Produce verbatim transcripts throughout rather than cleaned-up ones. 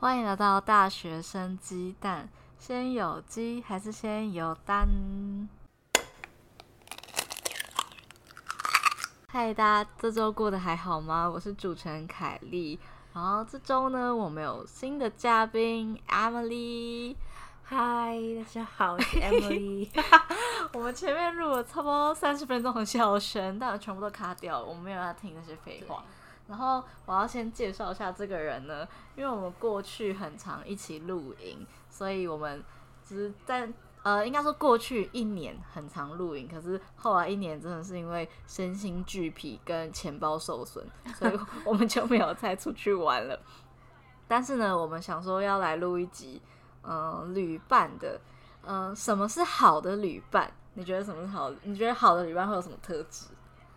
欢迎来到大学生鸡蛋，先有鸡还是先有蛋？嗨，大家这周过得还好吗？我是主持人凯莉，然后这周呢，我们有新的嘉宾 Emily。 嗨，大家好，我是 Emily 。 我们前面录了差不多三十分钟的笑声，但全部都卡掉了，我们没有要听那些废话。然后我要先介绍一下这个人呢，因为我们过去很常一起露营，所以我们只是在呃，应该说过去一年很常露营，可是后来一年真的是因为身心俱疲跟钱包受损，所以我们就没有再出去玩了。但是呢，我们想说要来录一集，嗯、呃，旅伴的，嗯、呃，什么是好的旅伴？你觉得什么是好的？你觉得好的旅伴会有什么特质？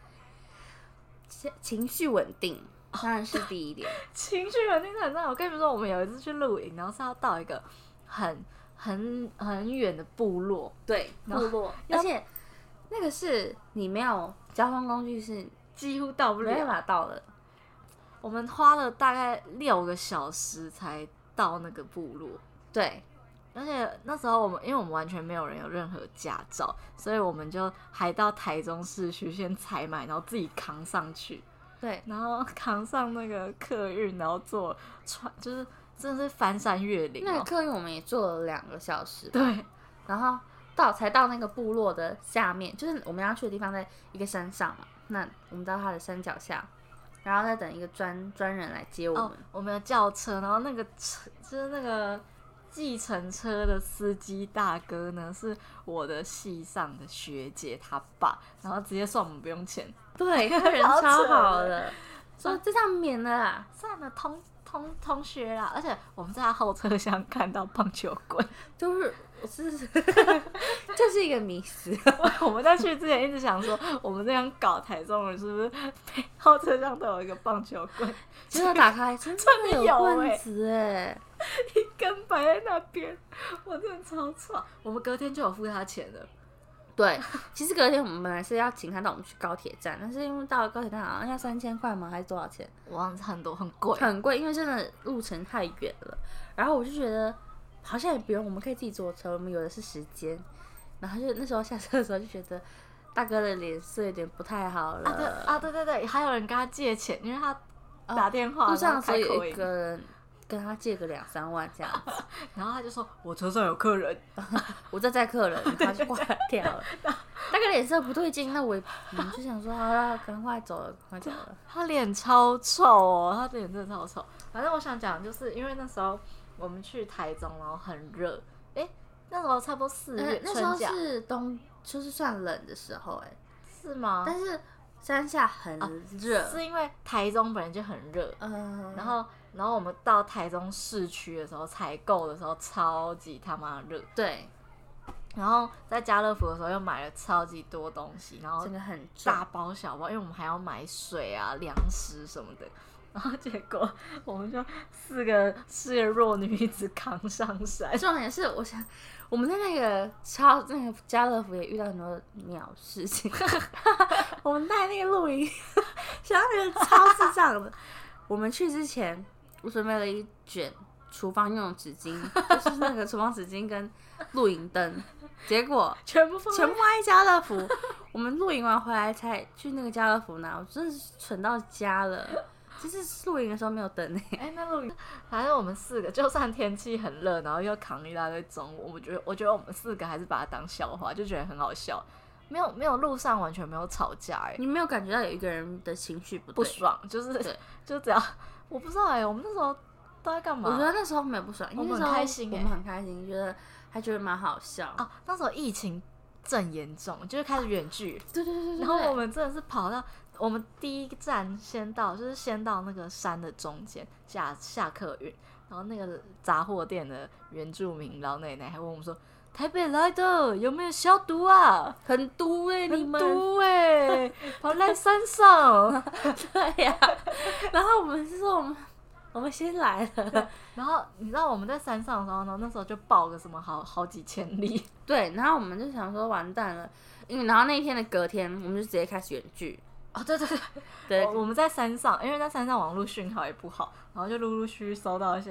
情绪稳定当然是第一点。 情绪稳定很重要。我跟你们说，我们有一次去露营，然后是要到一个很很很远的部落， 对，部落，而且那个是你没有交通工具是几乎到不了， 没办法到的。 我们花了大概六个小时才到那个部落。 对， 而且那时候我们因为我们完全没有人有任何驾照，所以我们就还到台中市区先采买，然后自己扛上去。 对， 然后扛上那个客运，然后坐船，就是真的是翻山越岭、哦。 那个客运我们也坐了两个小时。 对， 然后到才到那个部落的下面，就是我们要去的地方，在一个山上嘛。那我们到它的山脚下，然后再等一个专专人来接我们。 哦，我们有叫车，然后那个车就是那个计程车的司机大哥呢，是我的系上的学姐他爸，然后直接算我们不用钱。 对，他人超好的，说这趟免了啦， 算了，同同同学啦，而且我们在他后车厢看到棒球棍， 就是是就是一个迷思。 我们在去之前一直想说，我们这样搞台中人是不是后车厢都有一个棒球棍？ 结果打开，真的有棍子哎， 一根摆在那边，我真的超爽。我们隔天就有付他钱了。 对，其实隔天我们本来是要请他带我们去高铁站，但是因为到了高铁站好像要三千块吗？还是多少钱？ 我忘记很多，很贵， 很贵，因为真的路程太远了。然后我就觉得好像也不用，我们可以自己坐车，我们有的是时间。然后就那时候下车的时候就觉得大哥的脸色有点不太好了。 啊对啊对对对，还有人跟他借钱，因为他打电话， 路上所以有一个人跟他借个两三万这样子， 然后他就说我车上有客人， 我在载客人，他就挂掉了。大概脸色不对劲，那我也嗯就想说好了，赶快走了，赶快走了。 他脸超臭哦，他脸真的超臭。反正我想讲，就是因为那时候我们去台中，然后很热，哎，那时候差不多四月， 嗯、那时候是冬，就是算冷的时候，哎， 是吗？ 但是山下很热、 啊，是因为台中本来就很热，嗯，然后然后我们到台中市区的时候，采购的时候超级他妈热， 对。 然后在家乐福的时候又买了超级多东西，然后真的很大包小包，因为我们还要买水啊、粮食什么的。然后结果我们就四个四个弱女子扛上山。 重点是，我想我们在那个超那个家乐福也遇到很多鸟事情。我们带那个露营，想到那个超智障的。我们去之前，我准备了一卷厨房用的纸巾，就是那个厨房纸巾跟露营灯，结果全部放全部放在家乐福。我们露营完回来才去那个家乐福拿，我真的是蠢到家了。就是露营的时候没有灯哎、欸， 哎、欸，那露营，反正我们四个，就算天气很热，然后又扛一大堆重物，我觉得，我觉得我们四个还是把它当笑话，就觉得很好笑。没有，没有路上完全没有吵架哎、欸， 你没有感觉到有一个人的情绪不对不爽，就是就只要我不知道哎、欸，我们那时候都在干嘛？ 我觉得那时候没有不爽，因为那时候我们很开心、欸， 我们很开心，觉得还觉得蛮好笑啊。那时候疫情正严重，就是开始远距， 对对对对， 然后我们真的是跑到。我们第一站先到，就是先到那个山的中间下下客运，然后那个杂货店的原住民老奶奶还问我们说：“台北来的有没有消毒啊？ 很毒哎、欸，你们很毒哎、欸，跑来山上。” 对呀、啊，然后我们是说我们我们先来了， 然后你知道我们在山上的时候呢，那时候就报个什么好好几千里， 对，然后我们就想说完蛋了，因为然后那一天的隔天我们就直接开始远距。 哦，对对对，对，我们在山上，因为在山上网络讯号也不好，然后就陆陆续续收到一些，哎、欸，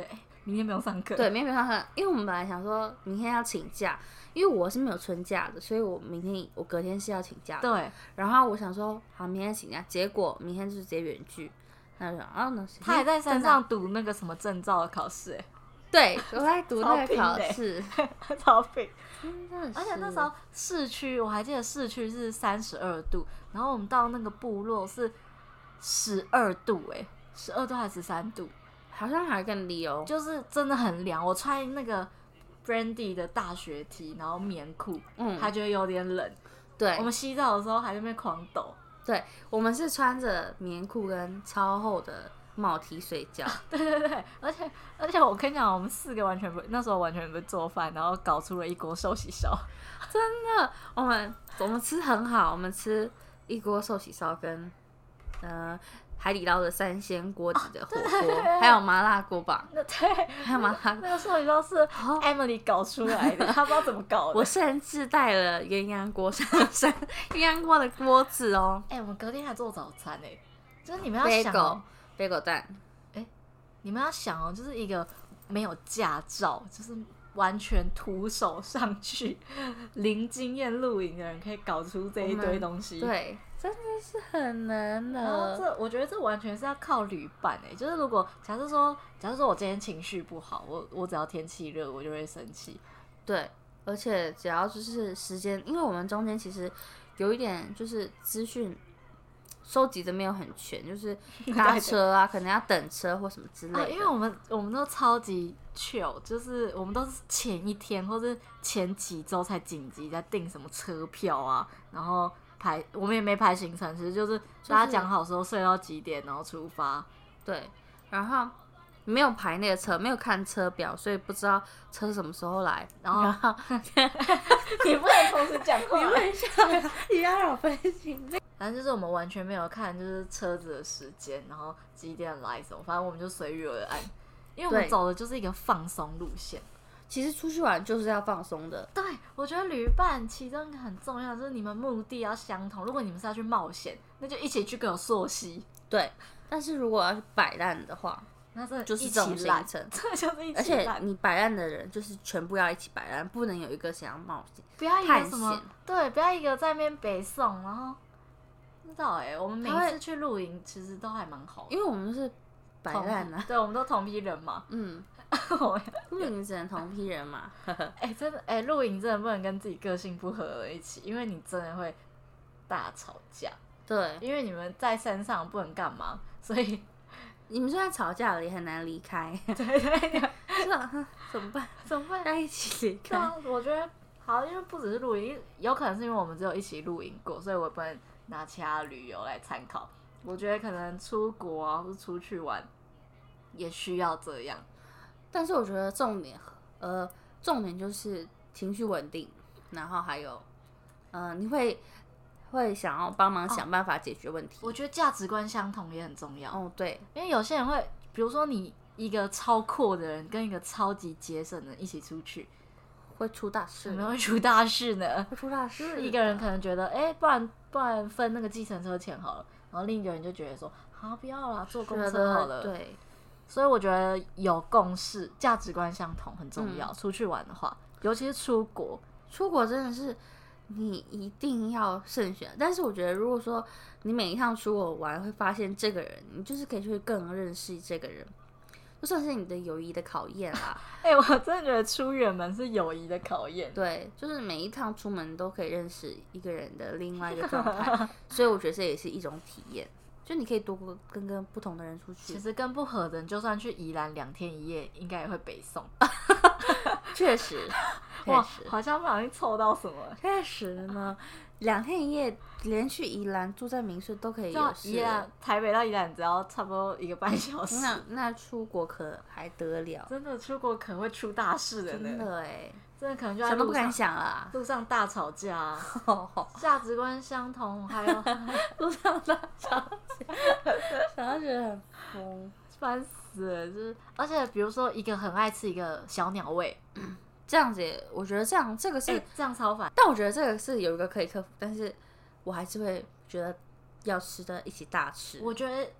明天不用上课。 对，明天不用上课，因为我们本来想说明天要请假，因为我是没有春假的，所以我明天我隔天是要请假的。 对， 然后我想说好，明天请假，结果明天就是直接远距。那就啊，那他还在山上读那个什么证照的考试，哎， 对，我在读那个考试， 超拼。 真的是， 而且那时候市区，我还记得市区是三十二度，然后我们到那个部落是十二度，哎，十二度还是十三度， 好像还更低哦， 就是真的很凉。我穿那个 Brandy 的大学 T， 然后棉裤，嗯，还觉得有点冷。 对， 我们洗澡的时候还在那边狂抖。 对，我们是穿着棉裤跟超厚的帽 T 睡觉。 对对对，而且而且我跟你讲，我们四个完全不那时候完全不会做饭，然后搞出了一锅寿喜烧。 真的，我们我们吃很好，我们吃一锅寿喜烧跟呃海底捞的三鲜锅底的火锅，哦、还有麻辣锅吧。 对， 还有麻辣那个寿喜烧是 Emily 搞出来的，她不知道怎么搞的。 我甚至带了鸳鸯锅上山，鸳鸯锅的锅子哦。 哎、欸，我们隔天还做早餐哎、欸，就是你们要想哦， 贝果蛋。 哎、欸，你们要想哦，就是一个没有驾照，就是完全徒手上去、零经验露营的人，可以搞出这一堆东西。 对。真的是很难的。 然后这，我觉得这完全是要靠旅伴哎、欸。就是如果假设说，假设说我今天情绪不好，我我只要天气热，我就会生气。 对，而且只要就是时间，因为我们中间其实有一点就是资讯收集的没有很全，就是搭车啊，可能要等车或什么之类的。 啊、因为我们我们都超级 chill， 就是我们都是前一天或是前几周才紧急在订什么车票啊，然后。排我们也没排行程，其实就是大家讲好说睡到几点，然后出发。 对，然后没有排那个车，没有看车表，所以不知道车什么时候来。然后，然后你不能同时讲话， 你问一下，你要让我分心。 反正就是我们完全没有看，就是车子的时间，然后几点来什么，反正我们就随遇而安，因为我们走的就是一个放松路线。 其实出去玩就是要放松的。 对，我觉得旅伴其中一个很重要，就是你们目的要相同。如果你们是要去冒险，那就一起去给我溯溪。 对，但是如果要去摆烂的话， 那真的就是这种行程， 这就是一起烂。 而且你摆烂的人就是全部要一起摆烂，不能有一个想要冒险， 不要一个什么对，不要一个在那边北宋，然后不知道哎、欸，我们每次去露营其实都还蛮好的， 因为我们是摆烂啊， 对，我们都同批人嘛， 嗯。露营只能同批人嘛？ 哎、欸，真的哎，露、欸、营真的不能跟自己个性不合的一起，因为你真的会大吵架。 对， 因为你们在山上不能干嘛，所以你们虽然吵架了，也很难离开。 对对， 是啊，怎么办？ 怎么办？ 要一起离开？ 啊、我觉得好，因为不只是露营，有可能是因为我们只有一起露营过，所以我也不能拿其他旅游来参考。我觉得可能出国啊，或是出去玩，也需要这样。 但是我觉得重点，呃，重点就是情绪稳定，然后还有，呃，你会会想要帮忙想办法解决问题。 哦、我觉得价值观相同也很重要。 哦，对， 因为有些人会，比如说你一个超阔的人跟一个超级节省的人一起出去， 会出大事。 怎么会出大事呢？ 会出大事。 就是一个人可能觉得，哎、欸，不然不然分那个计程车钱好了，然后另一个人就觉得说，啊，不要啦，坐公车好了。 对。 所以我觉得有共识、价值观相同很重要。嗯、出去玩的话，尤其是出国， 出国真的是你一定要慎选。但是我觉得，如果说你每一趟出国玩会发现这个人，你就是可以去更认识这个人，就算是你的友谊的考验啦。 哎、欸，我真的觉得出远门是友谊的考验。 对，就是每一趟出门都可以认识一个人的另外一个状态，所以我觉得这也是一种体验。就你可以多跟跟不同的人出去， 其实跟不合的人，就算去宜兰两天一夜，应该也会北宋。 确实， 哇，好像不小心凑到什么。 确实呢，两天一夜连去宜兰住在民宿都可以有事。 宜兰台北到宜兰只要差不多一个半小时。 那那出国可还得了？ 真的出国可会出大事的呢。 真的哎。 真的可能就在想都不敢想啦， 路上大吵架，价值观相同，还有路上大吵架，想到觉得很疯， 烦死了。就是，而且比如说一个很爱吃一个小鸟胃， 嗯、这样子也，我觉得这样这个是、 欸、这样超烦。 但我觉得这个是有一个可以克服，但是我还是会觉得要吃的一起大吃。 我觉得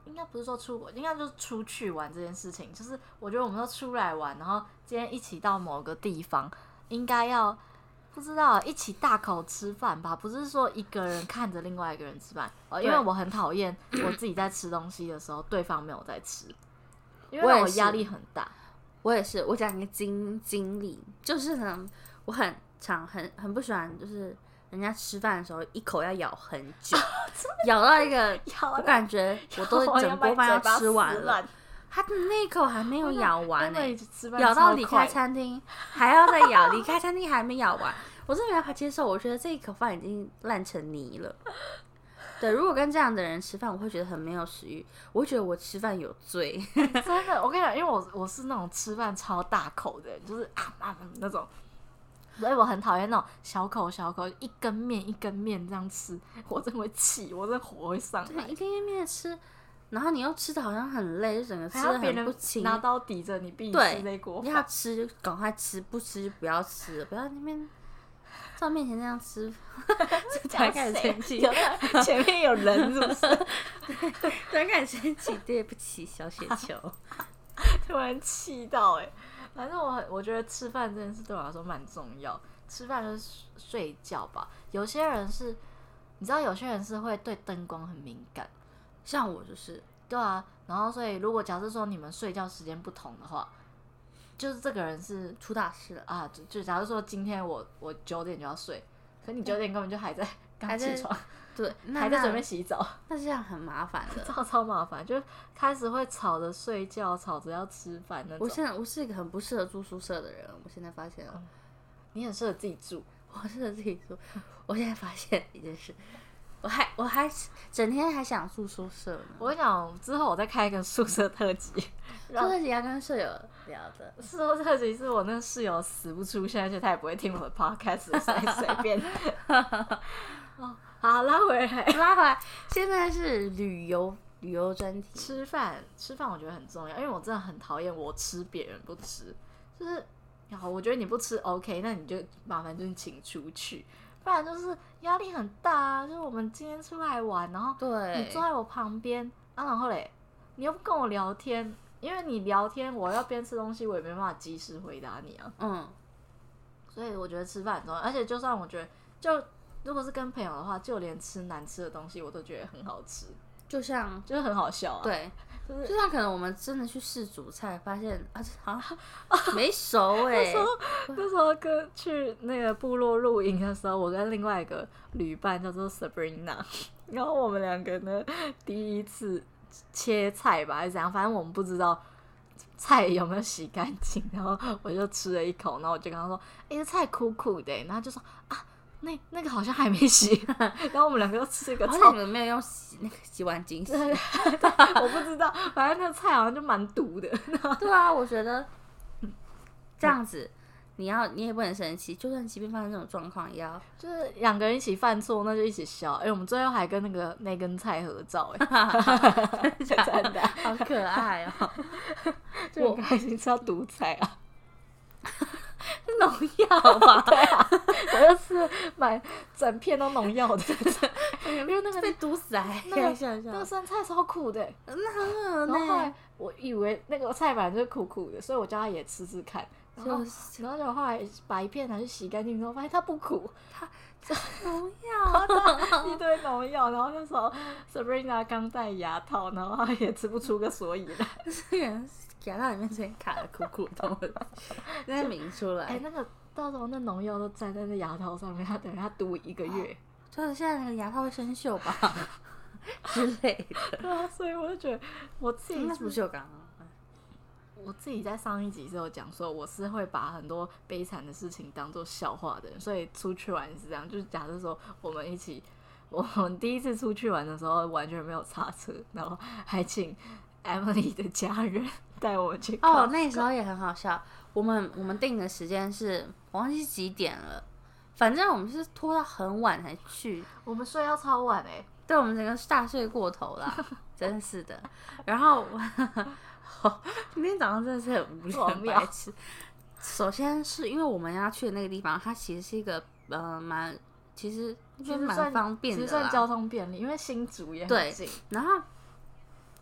应该不是说出国，应该就是出去玩这件事情。就是我觉得我们都出来玩，然后今天一起到某个地方，应该要不知道一起大口吃饭吧？不是说一个人看着另外一个人吃饭，呃，因为我很讨厌我自己在吃东西的时候，对方没有在吃，因为让我压力很大。 我也是，我讲一个经经历，就是呢，我很常很很不喜欢，就是人家吃饭的时候一口要咬很久，咬到一个我感觉我都整锅饭要吃完了，他的那一口还没有咬完呢、欸，咬到离开餐厅还要再咬，离开餐厅还没咬完，我真的没办法接受。我觉得这一口饭已经烂成泥了。对，如果跟这样的人吃饭，我会觉得很没有食欲，我会觉得我吃饭有罪。 真的，我跟你讲，因为我我是那种吃饭超大口的人，就是啊啊那种。所以我很讨厌那种小口小口一根面一根面这样吃，我真的会气，我真的火会上来。 一根一面吃，然后你又吃的好像很累，就整个吃的很不轻。 拿刀抵着你，必须吃那锅饭。 你要吃就赶快吃，不吃就不要吃了，不要在那边在我面前那样吃，才开始生气。 前面有人是不是？ 对，突然开始生气，对不起，小雪球。 突然气到哎、欸！反正我很，我觉得吃饭这件事对我来说蛮重要。吃饭就是睡觉吧。有些人是，你知道，有些人是会对灯光很敏感， 像我就是。 对啊，然后所以如果假设说你们睡觉时间不同的话，就是这个人是出大事了啊！就就假如说今天我我九点就要睡，可你九点根本就还在刚起床。 对， 还在准备洗澡， 那这样很麻烦的， 超超麻烦，就开始会吵着睡觉，吵着要吃饭那种。 我现在我是一个很不适合住宿舍的人，我现在发现了，嗯、 你很适合自己住， 我适合自己住。我现在发现一件事，我还我还整天还想住宿舍呢。 我跟你讲，之后我再开一个宿舍特辑， 宿舍特辑要跟舍友聊的。 宿舍特辑是我那个室友死不出现，而且他也不会听我的 podcast， 随随便。哦好，拉回来， 拉回来。现在是旅游旅游专题， 吃饭吃饭我觉得很重要，因为我真的很讨厌我吃别人不吃，就是好，我觉得你不吃 OK， 那你就麻烦就是请出去，不然就是压力很大啊。就是我们今天出来玩，然后对你坐在我旁边啊，然后嘞，你又不跟我聊天，因为你聊天，我要边吃东西，我也没办法及时回答你啊。 嗯， 所以我觉得吃饭很重要，而且就算我觉得就。如果是跟朋友的话，就连吃难吃的东西我都觉得很好吃， 就像就是很好笑啊。 对， 就是、 就像可能我们真的去试煮菜，发现啊，好像没熟哎、欸。 那时候那时候跟去那个部落露营的时候，我跟另外一个旅伴叫做 Sabrina， 然后我们两个呢第一次切菜吧，还是怎样，反正我们不知道菜有没有洗干净，然后我就吃了一口，然后我就跟他说：“哎、欸，这菜苦苦的。”然后就说啊。那那个好像还没洗，然后我们两个都吃一个超。 好像你们没有用洗那个洗碗巾洗。 我不知道，反正那个菜好像就蛮毒的。 对啊，我觉得这样子，你要你也不能生气，就算即便发生这种状况，也要就是两个人一起犯错，那就一起笑。哎、欸，我们最后还跟那个那根菜合照、欸，哎，真的好可爱哦、 喔，就很开心吃到毒菜啊。 农药吧？ 对啊，我就是买整片都农药的，因为那个被毒死还那个那个生菜超苦的、欸， 那很恶然后后来我以为那个菜本来就是苦苦的，所以我叫他也吃吃看。然后，然后就后来把一片拿去洗干净之后，发现它不苦， 它农药， 一堆农药。然后那时候 Sabrina 刚戴牙套，然后她也吃不出个所以然。 这人牙套里面之前卡了苦苦的，那抿出来。 哎、欸，那个到时候那农药都粘在那牙套上面，它等于它毒一个月。 就是现在那个牙套会生锈吧之类的。 对啊，所以我就觉得我自己那是不锈钢啊。 我自己在上一集是有讲说，我是会把很多悲惨的事情当做笑话的人，所以出去玩是这样。就是假设说我们一起，我们第一次出去玩的时候完全没有刹车，然后还请 Emily 的家人带我们去。 哦，那时候也很好笑。我们我们定的时间是我忘记几点了，反正我们是拖到很晚才去。 我们睡到超晚哎、欸， 对，我们整个大睡过头啦，真是的。然后我今天早上真的是很无聊，很白痴。首先是因为我们要去的那个地方，它其实是一个呃蛮，其实其实蛮方便的啦， 其实算交通便利，因为新竹也很近。 然后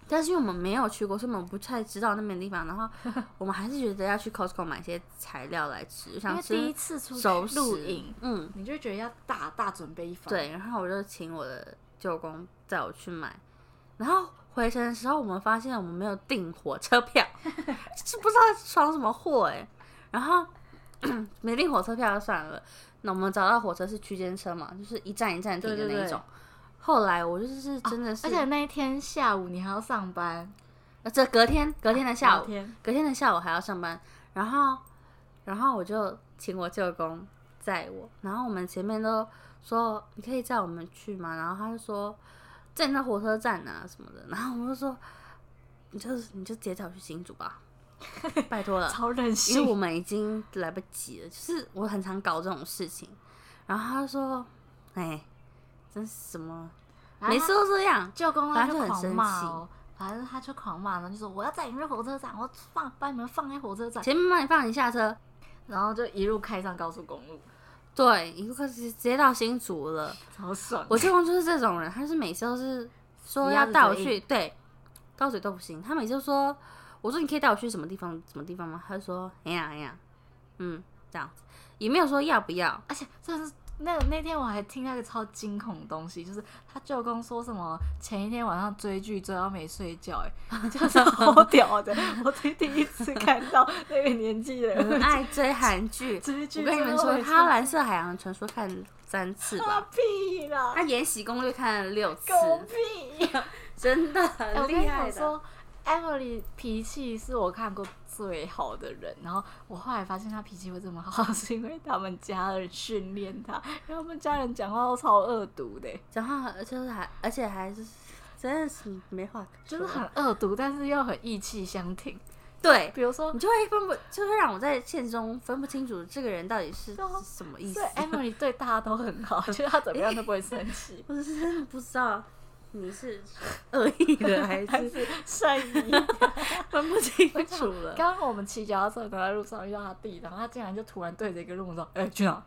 但是因为我们没有去过，所以我们不太知道那边的地方。然后我们还是觉得要去 Costco 买一些材料来吃，想吃因为第一次出熟去露营， 嗯， 你就觉得要大大准备一番。 对，然后我就请我的舅公载我去买。然后回程的时候，我们发现我们没有订火车票，就是不知道闯什么祸哎、欸。然后没订火车票就算了，那我们找到火车是区间车嘛，就是一站一站停的那一种。 对对对， 后来我就是真的是、 哦，而且那一天下午你还要上班， 呃，这隔天隔天的下午， 隔天隔天的下午还要上班，然后然后我就请我舅公载我，然后我们前面都说你可以载我们去吗？然后他就说在那火车站啊什么的，然后我们就说你就你就直接载我去新竹吧，拜托了， 超任性， 因为我们已经来不及了，就是我很常搞这种事情，然后他就说哎。真是什么，每次都这样。 舅公他就狂很生气， 骂哦，反正他就狂骂，然后就说我要载你们去火车站，我放把你们放在火车站， 前面帮你放你下车， 然后就一路开上高速公路。 对，一路开始直接到新竹了， 超爽。 我舅公就是这种人，他是每次都是说要带我去，对，高嘴都不行。他每次都说，我说你可以带我去什么地方，什么地方吗？他就说哎呀哎呀，嗯，这样子，也没有说要不要， 而且真的是。那那天我还听那个超惊恐的东西，就是他舅公说什么前一天晚上追剧追到没睡觉，哎，就是好屌的！我第第一次看到那个年纪的人爱追韩剧。 追剧， 我跟你们说，他《蓝色海洋传说》看三次吧， 屁啦！ 他《延禧攻略》看了六次， 狗屁！ 真的很厉害的。 Emily 脾气是我看过最好的人，然后我后来发现她脾气会这么好，是因为他们家人训练她，因为他们家人讲话都超恶毒的， 讲话就是还而且还是真的是没话可说，就是很恶毒，但是又很义气相挺。 对， 比如说你就会分不，就会让我在现中分不清楚这个人到底是什么意思。 对 ，Emily 对大家都很好，就是她怎么样都不会生气。 我是真的不知道。你是恶意的还是善意的， 分不清楚了。 刚刚我们骑脚踏车在路上遇到他弟，然后他竟然就突然对着一个路人说：“哎、欸，去哪？”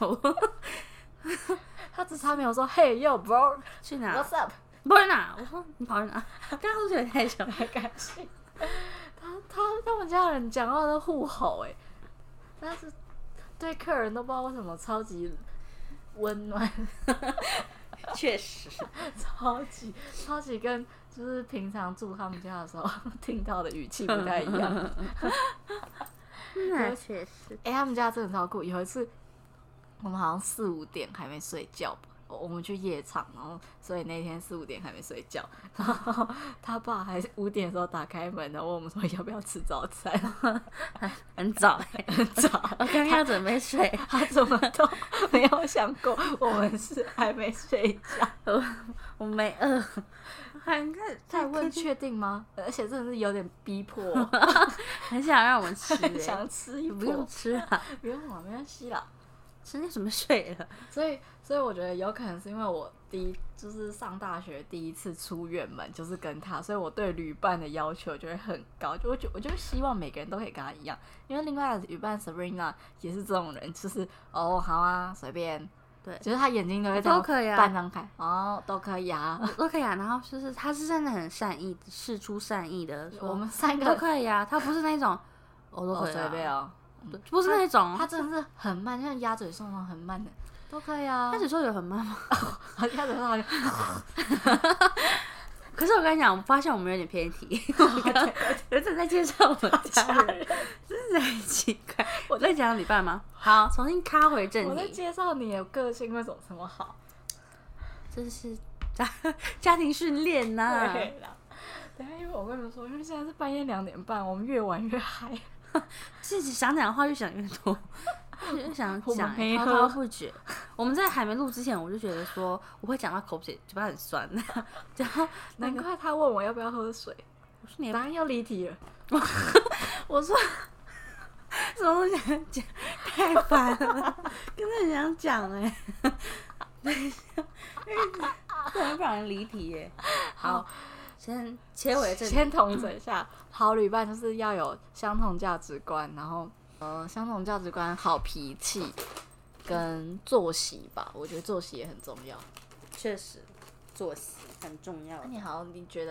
他只差没有说 ：“Hey yo bro， 去哪 ？What's up？” 不是哪？我说你跑去哪？刚刚是觉得太小， 太感性。他他他们家人讲话都互吼哎，但是对客人都不知道为什么超级温暖。 确实， 超级超级跟就是平常住他们家的时候听到的语气不太一样。 那确实， 哎、欸，他们家真的超酷。有一次，我们好像四五点还没睡觉吧，我们去夜场，然后所以那天四五点还没睡觉，然后他爸还五点的时候打开门，然后问我们说要不要吃早餐， 很早哎、欸， 很早， 我刚刚要准备睡， 他怎么都没有想过我们是还没睡觉， 我我没饿，还他问确定吗？而且真的是有点逼迫， 很想让我们吃、欸， 很想吃一不用吃啊， 不用了，没关系啦。 直接准备睡了， 所以，所以我觉得有可能是因为我第一就是上大学第一次出远门，就是跟他，所以我对旅伴的要求就会很高，就我就我就希望每个人都可以跟他一样，因为另外的旅伴 Sabrina 也是这种人，就是哦好啊随便， 对， 就是他眼睛都会都可以啊， 半张开，哦都可以啊， 都可以啊，然后就是他是真的很善意，释出善意的说， 我们三个都可以啊，他不是那种我、哦、都可以、啊， 随便啊。 不是那种， 他真的是很慢，像鸭嘴兽那种很慢的，都可以啊。 鸭嘴兽有很慢吗？ 鸭嘴兽好像。 可是我跟你讲，我发现我们有点偏题。有一次在介绍我们家人，真是很奇怪。我在讲礼拜吗？好，重新卡回正题。 我在介绍你的个性为什么这么好， 这是家家庭训练呐。 对啦，等下因为我跟你们说，因为现在是半夜两点半，我们越玩越嗨。 自己想讲的话越想越多，越想讲滔滔不绝。我们在还没录之前，我就觉得说我会讲到口水，嘴巴很酸。然后、那个、难怪他问我要不要喝水， 我说你答案又离题了。 我说什么都想讲，太烦了，真的很想讲哎、欸。等一下，突然不小心离题耶。好。先切回这里， 先统整一下，好旅伴就是要有相同价值观，然后呃相同价值观、好脾气跟作息吧。我觉得作息也很重要。 确实，作息很重要。 那你好，你觉得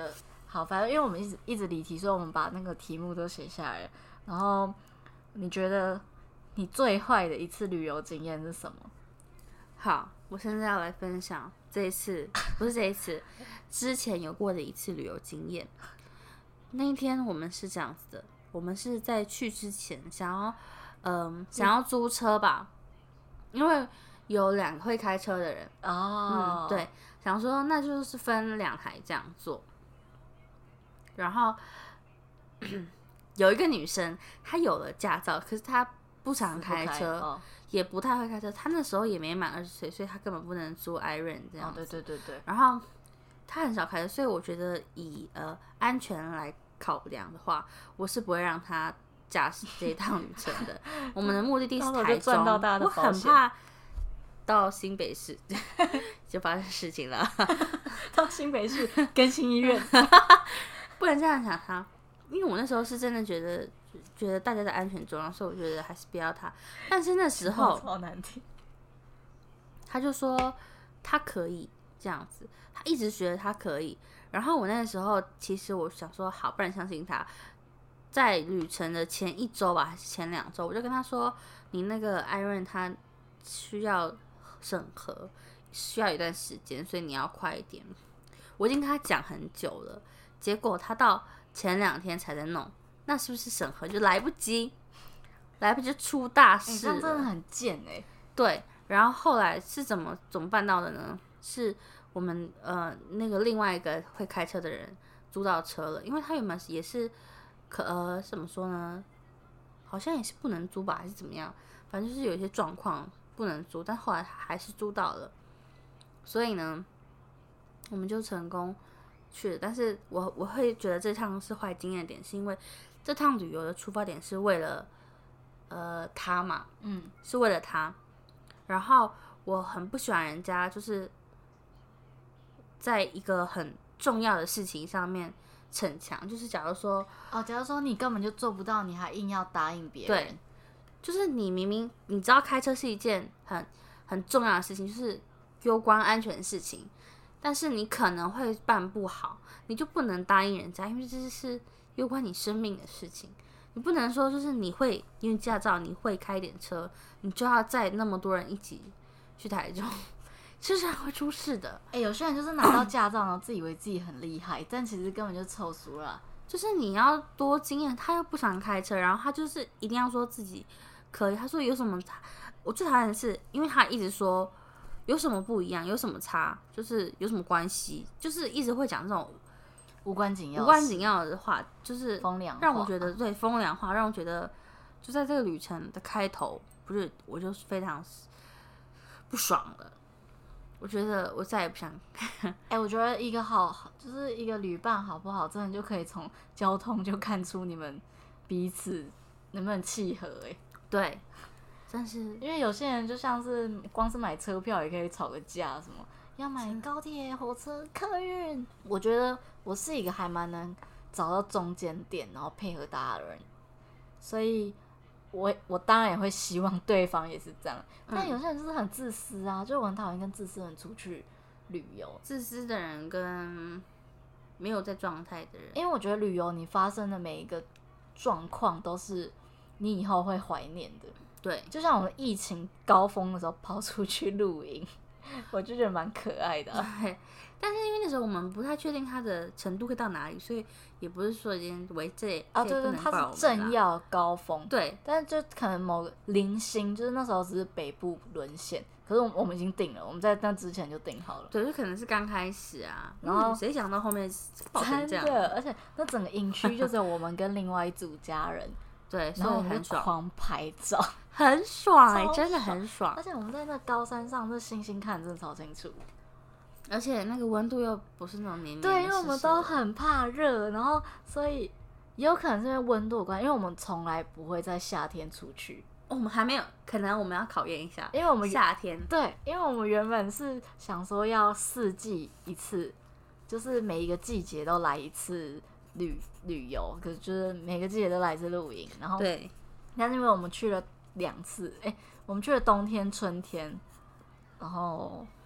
好，反正因为我们一直一直离题，所以我们把那个题目都写下来了。然后你觉得你最坏的一次旅游经验是什么？ 好，我现在要来分享这一次，不是这一次，之前有过的一次旅游经验。那一天我们是这样子的，我们是在去之前想要，嗯，想要租车吧，因为有两个会开车的人哦， 嗯，对，想说那就是分两台这样做。然后有一个女生，她有了驾照，可是她不常开车， 不哦、 也不太会开车。她那时候也没满二十岁，所以她根本不能租 Iron 这样子。 哦，对对对对。 然后她很少开车，所以我觉得以呃安全来考量的话，我是不会让她驾驶这一趟旅程的。我们的目的地是台中，我很怕到新北市就发生事情了。 到新北市更新医院， 不能这样想他，因为我那时候是真的觉得觉得大家的安全重要，所以我觉得还是不要他。但是那时候超难听， 他就说他可以这样子，他一直觉得他可以。然后我那个时候其实我想说，好，不然相信他。在旅程的前一周吧，还是前两周，我就跟他说，你那个艾润他需要审核，需要一段时间，所以你要快一点。我已经跟他讲很久了，结果他到前两天才在弄，那是不是审核就来不及？来不及就出大事了， 欸、真的很贱哎、欸。 对，然后后来是怎么怎么办到的呢？是我们呃那个另外一个会开车的人租到车了，因为他原本也是可呃怎么说呢？好像也是不能租吧，还是怎么样？反正就是有一些状况不能租，但后来还是租到了，所以呢，我们就成功去了。但是我我会觉得这趟是坏经验点，是因为这趟旅游的出发点是为了呃他嘛， 嗯， 是为了他。然后我很不喜欢人家就是在一个很重要的事情上面逞强，就是假如说哦，假如说你根本就做不到，你还硬要答应别人， 对，就是你明明你知道开车是一件很很重要的事情，就是攸关安全的事情，但是你可能会办不好，你就不能答应人家，因为这是攸关你生命的事情。你不能说就是你会因为驾照你会开一点车，你就要载那么多人一起去台中，其实会出事的。 哎、欸，有些人就是拿到驾照，然后自以为自己很厉害，但其实根本就凑数了。 就是你要多经验，他又不想开车，然后他就是一定要说自己可以。他说有什么？我最讨厌的是，因为他一直说有什么不一样，有什么差，就是有什么关系，就是一直会讲这种无关紧要、 无关紧要的话，就是风凉话， 让我觉得对风凉话，让我觉得就在这个旅程的开头，不是我就是非常不爽的。我觉得我再也不想。 哎、欸，我觉得一个好，就是一个旅伴好不好，真的就可以从交通就看出你们彼此能不能契合、欸。哎， 对，但是因为有些人就像是光是买车票也可以吵个架，什么要买高铁、火车、客运。我觉得我是一个还蛮能找到中间点，然后配合大家的人，所以。我我当然也会希望对方也是这样，但有些人就是很自私啊，就我很讨厌跟自私人出去旅游。 自私的人跟没有在状态的人， 因为我觉得旅游你发生的每一个状况都是你以后会怀念的。 对， 就像我们疫情高峰的时候跑出去露营，我就觉得蛮可爱的、啊。 对，但是因为那时候我们不太确定它的程度会到哪里，所以也不是说已经为这啊，对对，它是正要高峰， 对， 但是就可能某个零星，就是那时候只是北部沦陷，可是我们我们已经定了，我们在那之前就定好了， 对，就可能是刚开始啊， 然后谁、嗯、想到后面爆成这样， 真的，而且那整个营区就只有我们跟另外一组家人， 对， 然后我们就狂拍照， 很爽哎、欸，真的很爽， 而且我们在那高山上，那星星看真的超清楚。 而且那个温度又不是那种黏黏的， 对，因为我们都很怕热，然后所以也有可能是因为温度有关，因为我们从来不会在夏天出去。 哦、我们还没有，可能我们要考验一下， 因为我们夏天对，因为我们原本是想说要四季一次，就是每一个季节都来一次旅旅游，可是就是每个季节都来一次露营，然后对， 但是因为我们去了两次，哎、欸，我们去了冬天、春天，然后。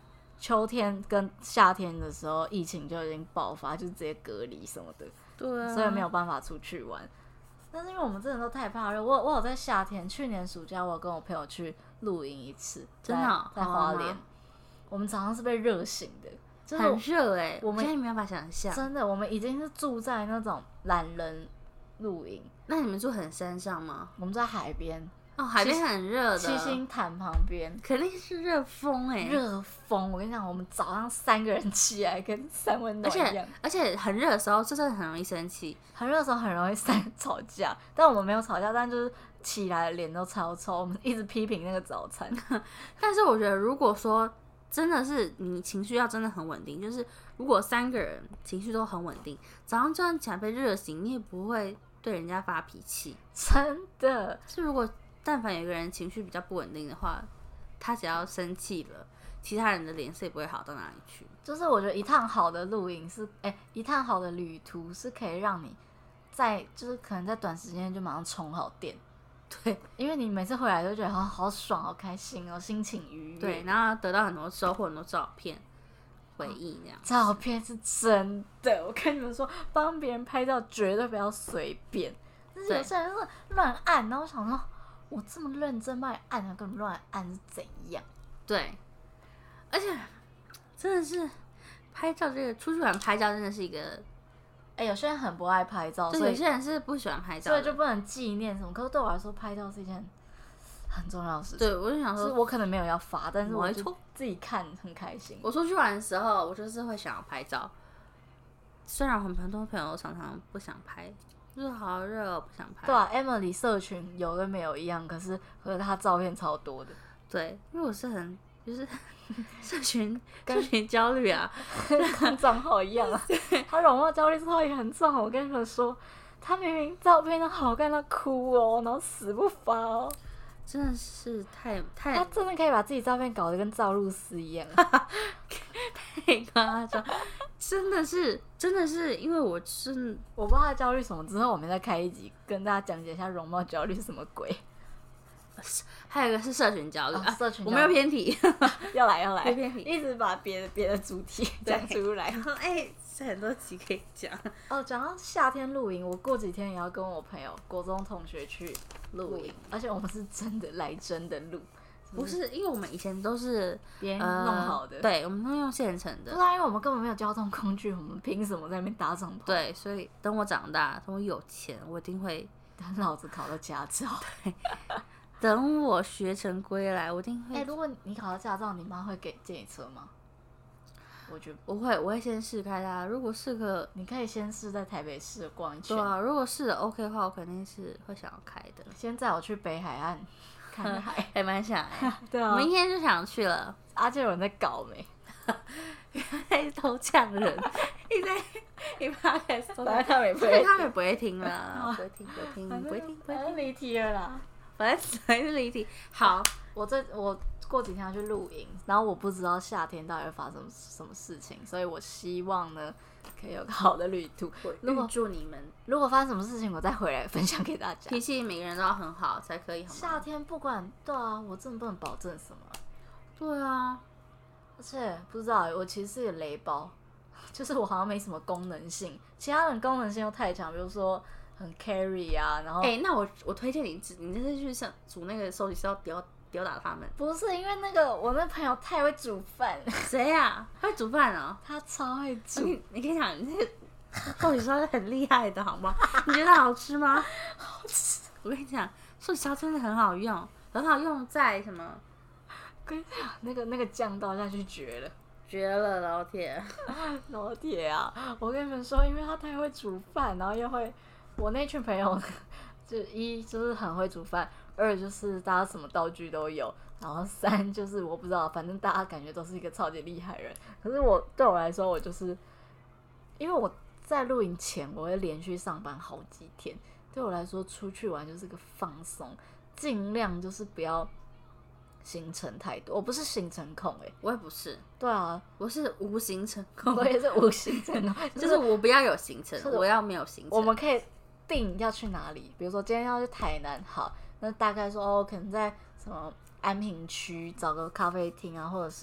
秋天跟夏天的时候，疫情就已经爆发，就直接隔离什么的， 对啊， 所以没有办法出去玩。但是因为我们真的都太怕热，我我有在夏天，去年暑假我有跟我朋友去露营一次， 真的、哦、 在花莲，我们早上是被热醒的，就是很热哎、欸， 我们现在没办法想象， 真的，我们已经是住在那种懒人露营。 那你们住很山上吗？ 我们在海边。 哦，海边很热的， 七星潭旁边， 肯定是热风哎、欸， 热风！我跟你讲，我们早上三个人起来跟三温暖一样， 而且而且很热的时候，真的很容易生气， 很热的时候很容易三吵架，但我们没有吵架，但就是起来脸都超臭，我们一直批评那个早餐。 但是我觉得，如果说真的是你情绪要真的很稳定，就是如果三个人情绪都很稳定，早上就算起来被热醒，你也不会对人家发脾气， 真的。 是如果但凡有一个人情绪比较不稳定的话，他只要生气了，其他人的脸色也不会好到哪里去。 就是我觉得一趟好的露营是，哎、欸，一趟好的旅途是可以让你在，就是可能在短时间就马上充好电。 对， 因为你每次回来都觉得好好爽、好开心哦，心情愉悦。 对，然后得到很多收获、很多照片、回忆这样。 照片是真的，我跟你们说，帮别人拍照绝对不要随便。但是有些人就是乱按，然后我想说。我这么认真帮你按，还跟你乱按是怎样？ 对，而且真的是拍照这个出去玩拍照真的是一个， 哎、欸，有些人很不爱拍照， 对， 所以有些人是不喜欢拍照， 所以就不能纪念什么。可是对我来说，拍照是一件很重要的事情。 对，我就想说， 我可能没有要发，但是我就自己看很开心。 我出去玩的时候，我就是会想要拍照，虽然很多朋友常常不想拍。就是好热，不想拍。 对啊 ，Emily 社群有跟没有一样，可是可是她照片超多的。 对，因为我是很就是社群社群焦虑啊， 跟账号一样啊。她容貌焦虑超也很重。我跟你们说，她明明照片都好看到哭哦，然后死不发哦， 真的是太太。 她真的可以把自己照片搞得跟赵露思一样， 太夸张。真的是，真的是，因为我是我不知道他焦虑什么，之后我们再开一集跟大家讲解一下容貌焦虑是什么鬼。 还有一个是社群焦虑， 哦、社群焦虑、啊、 我没有偏题， 要来要来， 偏题， 一直把别的别的主题讲出来。 然后哎，是很多集可以讲。 哦，讲到夏天露营，我过几天也要跟我朋友国中同学去露营，而且我们是真的来真的露。 不是，因为我们以前都是别人弄好的、 呃，对，我们都用现成的。 不然，因为我们根本没有交通工具，我们凭什么在那边搭帐篷？ 对，所以等我长大，等我有钱，我一定会等老子考到驾照。 对，等我学成归来，我一定会。 哎、欸，如果你考到驾照，你妈会给借你车吗？我觉得我会，我会先试开它。如果是个， 你可以先试在台北市逛一圈。 对啊，如果是 OK 的话，我肯定是会想要开的。 先载我去北海岸。看海还蛮想哎、欸， 对啊， 明天就想去了。 阿健有人在搞没？ 原来偷呛人，一直在一趴开始， 反正他们也不会， 他们也不会听了，不会听，不会听，不会听，不会听， 离题了啦。 反正还是离题。好， 我这我过几天要去露营，然后我不知道夏天到底会发生什么事情，所以我希望呢可以有个好的旅途。 如果祝你们， 如果发生什么事情，我再回来分享给大家。 脾气每个人都要很好才可以，好吗？ 夏天不管对啊，我真的不能保证什么。 对啊， 而且不知道，我其实是个雷包，就是我好像没什么功能性，其他人功能性又太强，比如说。很 carry 啊，然后哎、欸，那我我推荐你，你这次去上煮那个寿喜烧，要吊吊打他们。 不是因为那个我那朋友太会煮饭。 谁呀、啊？他会煮饭哦， 他超会煮。 你你跟你讲，你那个寿喜烧是很厉害的，好吗？你觉得好吃吗？ 好吃。 我跟你讲，寿喜烧真的很好用，很好用在什么？ 跟你讲，那个那个酱倒下去绝了。 绝了，老铁！ 老铁啊！我跟你们说，因为他太会煮饭，然后又会。我那群朋友，就一就是很会煮饭，二就是大家什么道具都有，然后三就是我不知道，反正大家感觉都是一个超级厉害的人。可是我对我来说，我就是因为我在露营前我会连续上班好几天，对我来说出去玩就是个放松，尽量就是不要行程太多。我不是行程控哎、欸， 我也不是。 对啊， 我是无行程控， 我也是无行程控， 就是、就是我不要有行程，我要没有行程。 我们可以。定要去哪里？比如说今天要去台南，好，那大概说哦，可能在什么安平区找个咖啡厅啊，或者是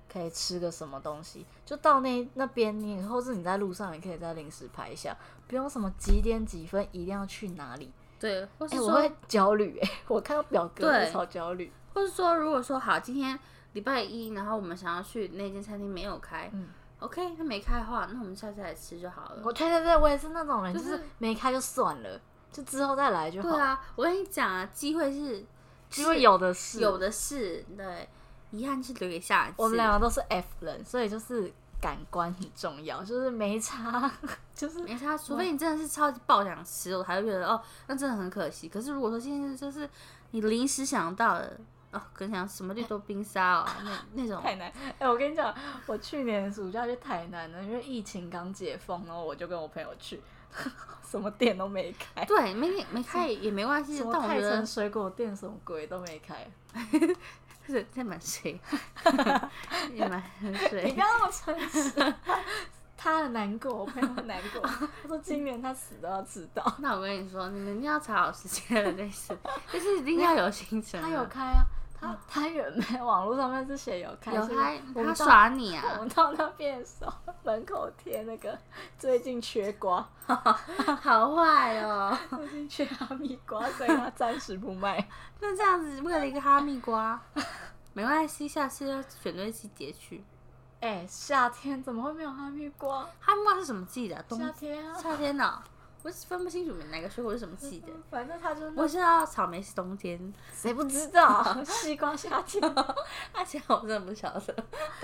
可以吃个什么东西，就到那那边，你或是你在路上，也可以再临时排一下，不用什么几点几分一定要去哪里。 对，或是哎、 说、 我会焦虑哎，我看到表格对我超焦虑。 或是说，如果说好，今天礼拜一，然后我们想要去那间餐厅没有开， 嗯 OK， 那没开的话，那我们下次来吃就好了。 我对对对，我也是那种人， 就就是是没开就算了，就之后再来就好。 对啊，我跟你讲啊，机会是机会有的是， 有的是，对，遗憾是留给下一次。 我们两个都是 F 人，所以就是感官很重要，就是没差，就是没差，除非你真的是超级爆想吃，我才会觉得哦，那真的很可惜。可是如果说今天就是你临时想到的，哦，跟你讲什么绿豆冰沙哦，那那种台南。哎、欸，我跟你讲，我去年暑假去台南呢，因为疫情刚解封，然后我就跟我朋友去，什么店都没开。 对，没没开也没关系， 什么但我觉得泰城水果店什么鬼都没开。 是在蛮谁，也蛮你谁不。要那么诚实。他很难过，我朋友很难过。他说今年他死都要吃到。 那我跟你说，你们一定要查好时间了，类似，就是一定要有行程啊。 他有开啊，他他原本网络上面是写有开，所以有开，他我们到耍你我啊， 们到那边的时候，门口贴那个最近缺瓜， 好坏哦。 最近缺哈密瓜，所以他暂时不卖。 那这样子，为了一个哈密瓜，没关系，下次要选对季节去。 哎、夏天怎么会没有哈密瓜？ 哈密瓜是什么季的啊？冬夏天啊， 夏天的哦，我是分不清楚哪个水果是什么季的。 反正他就是那我知道草莓是冬天， 谁不知道西瓜夏天， 而且我真的不晓得，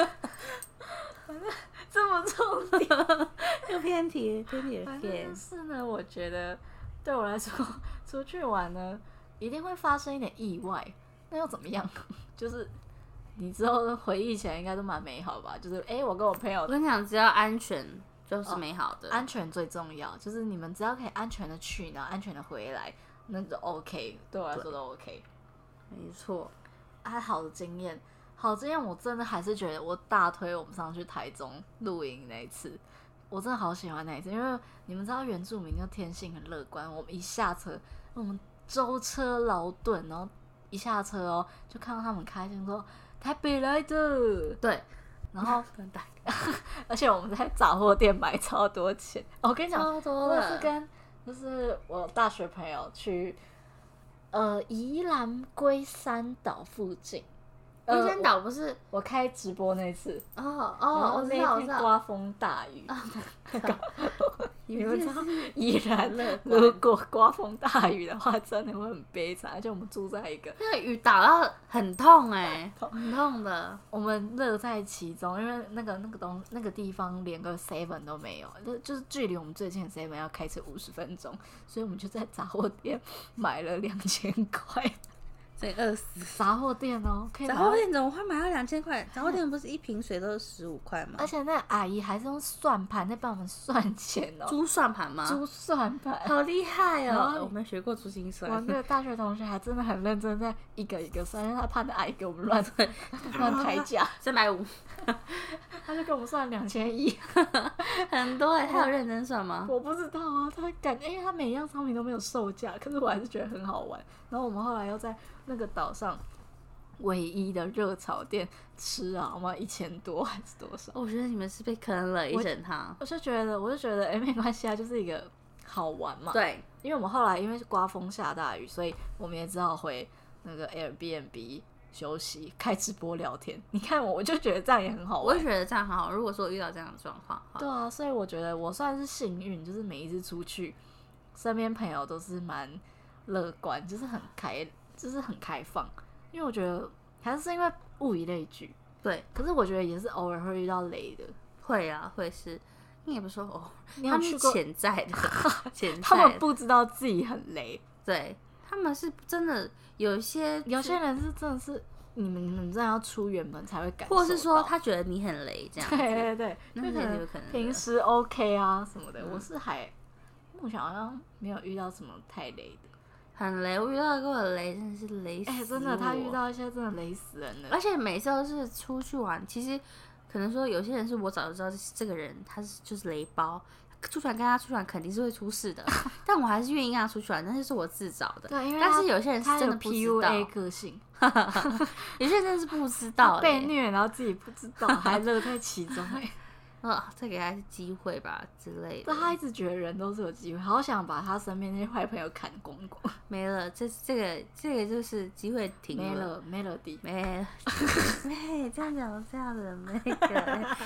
这么重点。 又偏题，偏题了反正偏就。是呢，我觉得对我来说，出去玩呢，一定会发生一点意外。那又怎么样？就是你之后回忆起来应该都蛮美好吧？就是哎、欸我跟我朋友我跟你讲，只要安全就是美好的。 安全最重要，就是你们只要可以安全的去，然后安全的回来，那就 OK。对我来说都 OK。 没错， 还好的经验，好经验，我真的还是觉得我大推我们上去台中露营那一次，我真的好喜欢那一次，因为你们知道原住民就天性很乐观，我们一下车，我们舟车劳顿，然后一下车哦，就看到他们开心说台北来的， 对， 然后不能打而且我们在杂货店买超多钱，哦我跟你讲， 超多我是的。 跟就是我大学朋友去呃宜兰龟山岛附近。 龟山岛不是？ 我开直播那次， 哦然哦， 后那我知道，我知道。 天刮风大雨， 你你们知道是宜兰乐观如果刮风大雨的话，真的会很悲惨。而且我们住在一个， 那个雨打到很痛哎、很痛的。 我们乐在其中，因为那个那个东那个地方连个 seven 都没有，就就是距离我们最近的 seven 要开车五十分钟，所以我们就在杂货店买了两千块。 真饿死！ 杂货店哦，可以买杂货店怎么会买到两千块？杂货店不是一瓶水都是十五块吗？ 而且那个阿姨还是用算盘在帮我们算钱哦， 珠算盘吗？ 珠算盘。 好厉害然后哦！我没学过珠心我算。 那个大学同学还真的很认真，在一个一个算，因为他怕那阿姨给我们乱乱抬价， 三百五， 他就给我们算两千一。 很多哎、他有认真算吗？ 我不知道啊，他感觉因为他每一样商品都没有售价，可是我还是觉得很好玩。然后我们后来又在那个岛上唯一的热炒店吃啊，我们一千多还是多少？ 我觉得你们是被坑了一整趟。 我就觉得，我就觉得，哎、欸，没关系啊，就是一个好玩嘛。 对， 因为我们后来因为刮风下大雨，所以我们也只好回那个 Airbnb 休息，开直播聊天。你看我，我就觉得这样也很好玩。 我也觉得这样很好。如果说我遇到这样的状况， 对啊，所以我觉得我算是幸运，就是每一次出去，身边朋友都是蛮乐观，就是很开，就是很开放。因为我觉得还是因为物以类聚， 对， 可是我觉得也是偶尔会遇到雷的。 会啊，会是。你也不说哦， 你他们是有去过？ 潜在的，潜在的。 他们不知道自己很雷， 对，他们是真的有一些， 有些人是真的是你们你们真的要出远门才会感受到， 或者是说他觉得你很雷这样子。 对对对， 那就可能也有可能的平时 OK 啊什么的， 嗯我是还目前好像没有遇到什么太雷的。 很雷，我遇到过的雷真的是雷死我。 哎、真的，他遇到一些真的雷死人了。 而且每次都是出去玩，其实可能说有些人是我早就知道这个人他是就是雷包， 出去玩跟他出去玩肯定是会出事的，但我还是愿意跟他出去玩，但是是我自找的。 对，因为但是有些人是他有真的不 P 知 U 道， A 个性， 有些人真的是不知道、欸、 被虐，然后自己不知道，还乐在其中哎、 啊，再给他一次机会吧之类的。 但他一直觉得人都是有机会，好想把他身边那些坏朋友砍光光。 没了，这这个这个就是机会停没了， 了，Melody， 没了，没这样讲这样的那个，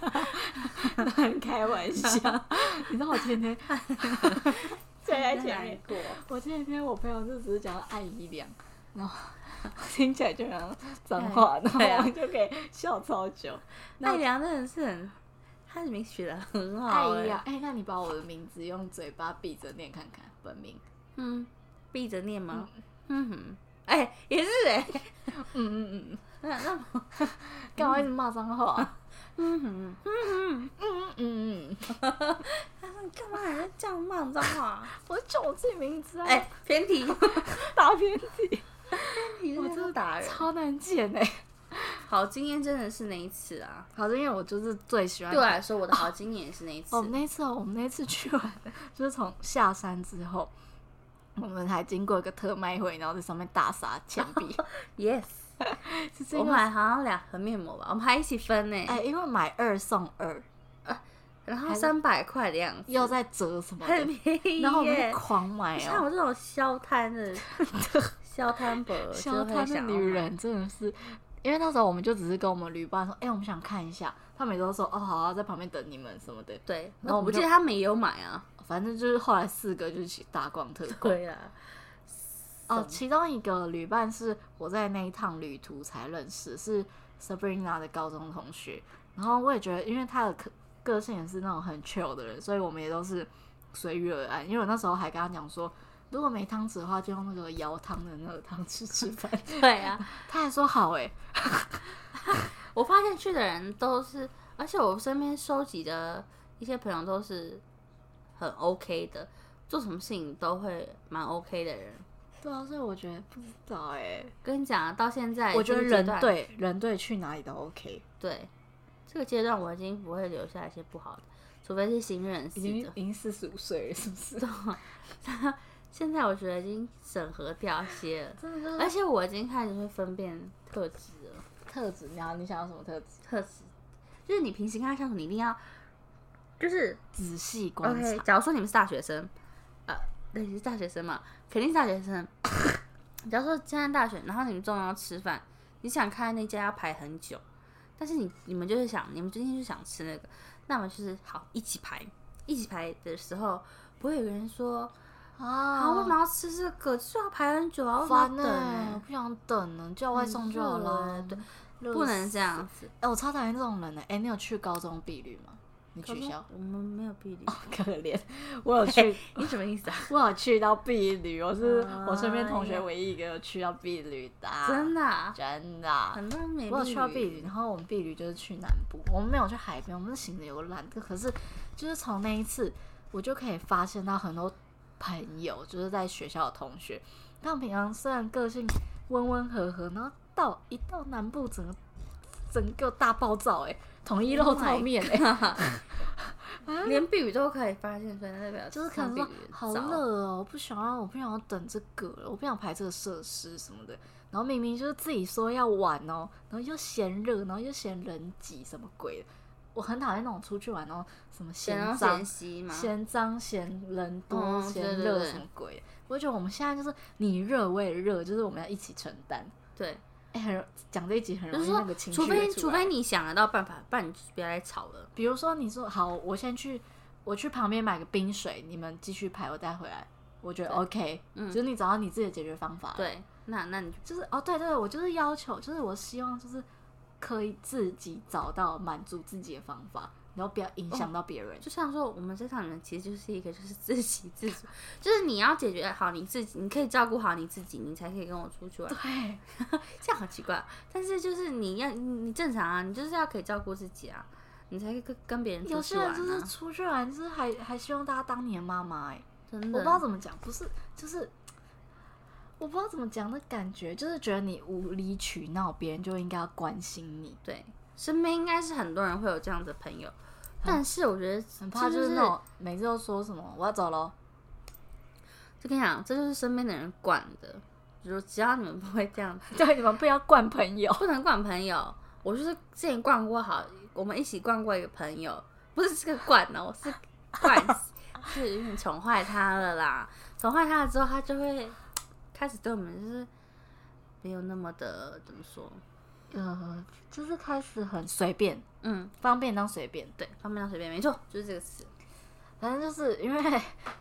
开玩笑。你知道我天天站在前面， 过， 我前几天我朋友就只是讲爱姨良，然后听起来就像脏话，然后我们就可以笑超久。 爱良真的是很，他的名字取得很好、欸， 爱姨良，哎、那你把我的名字用嘴巴闭着念看看，本名。 嗯，闭着念吗？嗯哼，哎、欸，也是哎、欸， 嗯嗯嗯， 那那我干嘛一直骂脏话？ 嗯哼，嗯哼， 嗯嗯嗯， 他说你干嘛还在这样骂脏话？ 我叫我自己名字啊！ 哎、欸，偏题， 打偏题， 偏题，我真的打人， 超难剪哎、欸。 好经验真的是那一次啊！ 好，因为我就是最喜欢。 对我来说，我的好经验也是那一次。 哦，那一次哦，我们那一次去玩，就是从下山之后，我们还经过一个特卖会，然后在上面大撒钱币。 Yes， 我们还好像两盒面膜吧，我们还一起分呢。 哎，因为买二送二， 然后三百块的样子， 又在折什么很的， 便宜耶， 然后我们就狂买哦。 像我这种消摊的消摊伯， 消摊的女人真的是。因为那时候我们就只是跟我们旅伴说，哎、欸，我们想看一下，他们都说哦好啊，在旁边等你们什么的。 对， 然后我们我记得他们也有买啊， 反正就是后来四个就一起大逛特逛。 对啊。 哦，其中一个旅伴是我在那一趟旅途才认识，是 Sabrina 的高中同学。然后我也觉得，因为他的个个性也是那种很 chill 的人，所以我们也都是随遇而安。因为我那时候还跟他讲说，如果没汤匙的话，就用那个舀汤的那个汤匙吃饭。 对啊， 他还说好哎、欸。 我发现去的人都是，而且我身边收集的一些朋友都是很 OK 的，做什么事情都会蛮 OK 的人。 对啊，所以我觉得不知道哎、欸。 跟你讲啊，到现在我觉得人对对人对去哪里都 OK。 对，这个阶段我已经不会留下一些不好的，除非是新认识的。 已经已经四十五岁了，是不是？ 现在我觉得已经审核掉一些了， 真的就是， 而且我已经开始会分辨特质了。 特质，你要你想要什么特质？ 特质就是你平时跟他相处，你一定要就是仔细观察。 OK， 假如说你们是大学生，呃，对，你是大学生嘛，肯定是大学生。假如说现在大学，然后你们中午要吃饭，你想开那家要排很久，但是你你们就是想，你们今天就想吃那个，那么就是好一起排，一起排的时候，不会有人说。啊！为什么要吃这个？就是要排很久啊， 烦呢、 欸， 我不想等了，叫外送就好了。 对，不能这样子。 哎、欸，我超讨厌这种人的、欸。哎、欸，你有去高中毕旅吗？你取消？ 我们没有毕旅。 哦，可怜。我有去。 你什么意思啊？ 我有去到毕旅，我是我身边同学唯一一个有去到毕旅的。 真的、啊？ 真的、啊。 很多人没。 我有去到毕旅，然后我们毕旅就是去南部，我们没有去海边，我们是行的有懒的。可是就是从那一次，我就可以发现到很多。朋友就是在学校的同学，他们平常虽然个性温温和和，然后到一到南部，整个整个大暴躁哎、欸，统一肉燥面哎、 欸，连避雨都可以发现，所以代表就是可能说好热哦，我不想要，我不想要等这个了，我不想排这个设施什么的。然后明明就是自己说要玩哦，然后又嫌热，然后又嫌人挤，什么鬼的。我很讨厌那种出去玩然后什么嫌脏、嫌脏、嫌人多、嫌热什么鬼的。我觉得我们现在就是你热我也热，就是我们要一起承担。 对， 哎、欸，很讲这一集很容易那个情绪。 除非除非你想得到办法，不然你就不要再吵了。 比如说你说好，我先去，我去旁边买个冰水，你们继续排，我带回来。我觉得 OK， 嗯，就是你找到你自己的解决方法。 对，那那你就是哦，对对，我就是要求，就是我希望就是。可以自己找到满足自己的方法，然后不要影响到别人、哦。 就像说，我们这场人其实就是一个就是自给自足，就是你要解决好你自己，你可以照顾好你自己，你才可以跟我出去玩。 对， 这样好奇怪，但是就是你要你正常啊，你就是要可以照顾自己啊，你才可以跟跟别人出去玩、啊。 有些人就是出去玩，就是还还希望大家当你的妈妈哎， 真的， 我不知道怎么讲，不是就是。我不知道怎么讲的感觉，就是觉得你无理取闹，别人就应该要关心你。 对，身边应该是很多人会有这样的朋友， 但是我觉得很怕就是那种每次都说什么我要走咯， 就跟你讲，这就是身边的人惯的，就是只要你们不会这样子， 对，你们不要惯朋友， 不能惯朋友。我就是之前惯过好，我们一起惯过一个朋友，不是这个惯哦，是惯，是有点宠坏他了啦。宠坏他了之后，他就会开始对我们就是没有那么的怎么说， 呃，就是开始很随便， 嗯， 方便当随便， 对，方便到随便，没错，就是这个词。 反正就是因为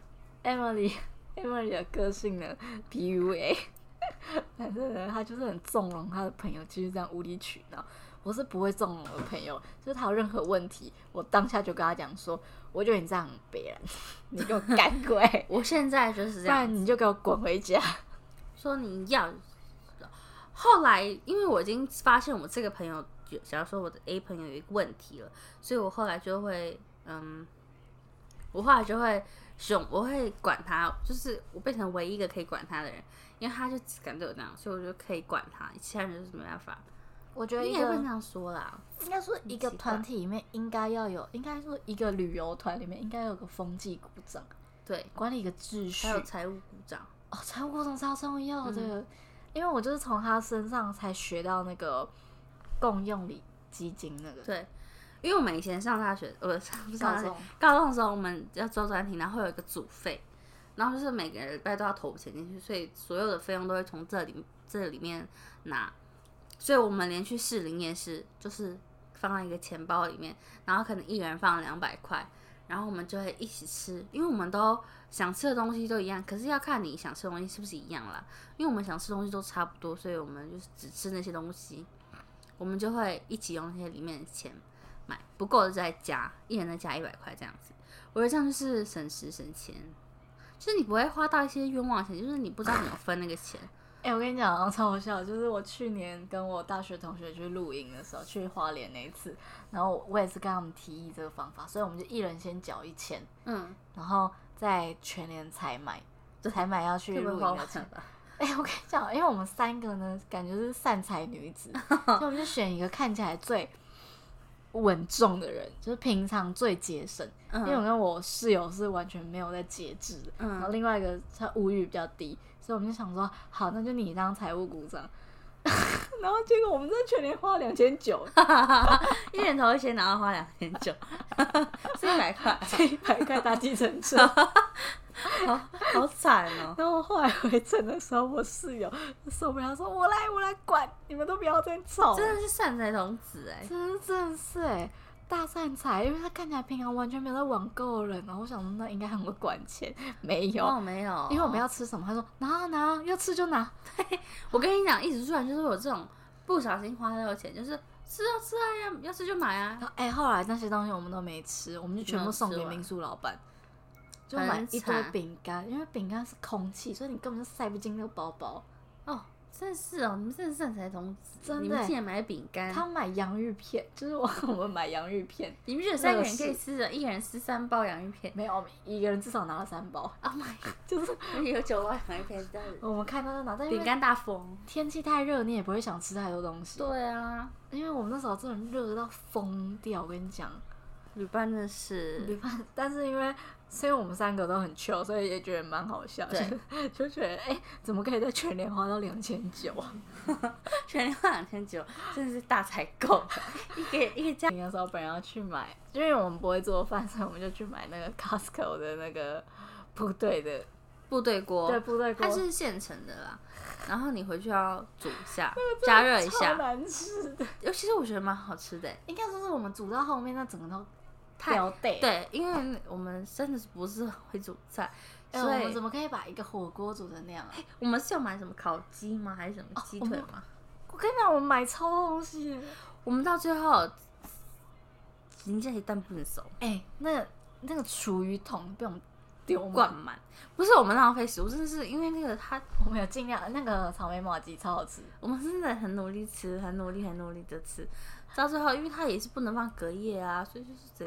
Emily Emily 的个性呢 P U A， 反正呢她就是很纵容她的朋友继续这样无理取闹。我是不会纵容我的朋友，就是他有任何问题，我当下就跟他讲说，我觉得你这样很北蓝，你给我赶鬼！ 我现在就是这样， 不然你就给我滚回家。 说你要。后来因为我已经发现我这个朋友，假如说我的 A 朋友有一个问题了，所以我后来就会，嗯，我后来就会凶，我会管他，就是我变成唯一一个可以管他的人，因为他就只敢对我这样，所以我就可以管他，其他人就是没办法。 我觉得你也不能这样说啦， 应该说一个团体里面应该要有，应该说一个旅游团里面应该有个风纪股长， 对， 管理一个秩序， 还有财务股长。 哦，财务股长超重要的， 嗯、 因为我就是从他身上才学到那个共用理基金那个。 对，因为我们以前上大学，呃，不是高中， 高中的时候我们要周专题，然后会有一个组费，然后就是每个礼拜都要投钱进去，所以所有的费用都会从这里这里面拿。所以我们连去士林夜市就是放在一个钱包里面，然后可能一人放两百块，然后我们就会一起吃，因为我们都想吃的东西都一样，可是要看你想吃的东西是不是一样啦。因为我们想吃的东西都差不多，所以我们就是只吃那些东西，我们就会一起用那些里面的钱买，不够的再加，一人再加一百块这样子。我觉得这样就是省时省钱，就是你不会花到一些冤枉钱，就是你不知道怎么分那个钱。 哎、欸，我跟你讲，超好笑，就是我去年跟我大学同学去露营的时候，去花莲那一次，然后我也是跟他们提议这个方法，所以我们就一人先缴一千，嗯，然后再全年采买，采买要去露营的钱。哎、欸，我跟你讲，因为我们三个呢，感觉是善财女子，所以我们就选一个看起来最稳重的人，就是平常最节省。嗯、因为我跟我室友是完全没有在节制的，嗯、然后另外一个他物欲比较低。所以我们就想说，好，那就你当财务股长，然后结果我们这全年花两千九， 一人投一千，然后花两千九，是一百块， 是一百块搭计程车， 好好惨哦。 然后后来回程的时候，我室友受不了，说：“我来，我来管，你们都不要再吵。” 真的是善财童子哎， 真的真的是哎。大善财，因为他看起来平常完全没有在网购的人，然后我想说那应该很会管钱，没有， 哦没有， 因为我们要吃什么，他说拿拿，要吃就拿。 对，我跟你讲，一直突然就是有这种不小心花掉钱，就是吃啊吃啊，要要吃就买啊。 哎、欸，后来那些东西我们都没吃，我们就全部送给民宿老板，就买一堆饼干，因为饼干是空气，所以你根本就塞不进那个包包。 哦。真是哦，你们真的是善财童子， 真的。 你们竟然买饼干， 他买洋芋片，就是我我们买洋芋片。 你们觉得三个人可以吃的，一人吃三包洋芋片？ 没有，一个人至少拿了三包。 Oh my god， 就是有九包洋芋片这样子。 我们看到就拿，但饼干大疯。 天气太热，你也不会想吃太多东西。 对啊， 因为我们那时候真的热到疯掉，我跟你讲。 旅伴真的是旅伴，但是因为所以我们三个都很糗，所以也觉得蛮好笑，就就觉得哎、欸，怎么可以在全年花到两千九啊？ 全年花两千九，真的是大采购，一个一个家。 那时候本来要去买，因为我们不会做饭，所以我们就去买那个 Costco 的那个部队的部队锅， 对，部队锅， 它是现成的啦。然后你回去要煮一下，加热一下， 超难吃的。 尤其是我觉得蛮好吃的， 应该说是我们煮到后面那整个都太对，因为我们真的是不是很会煮菜， 欸、所以我们怎么可以把一个火锅煮成那样啊？ 欸、我们是要买什么烤鸡吗？还是什么鸡腿吗？哦、 我, 我跟你讲，我们买超多东西， 我们到最后人家一蛋不能熟， 哎、欸，那个那个厨余桶被我们丢灌满，不是我们浪费食物，真的是因为那个它， 我们有尽量那个草莓麻糬超好吃， 我们真的很努力吃，很努力，很努力的吃。到最后，因为它也是不能放隔夜啊，所以就是真的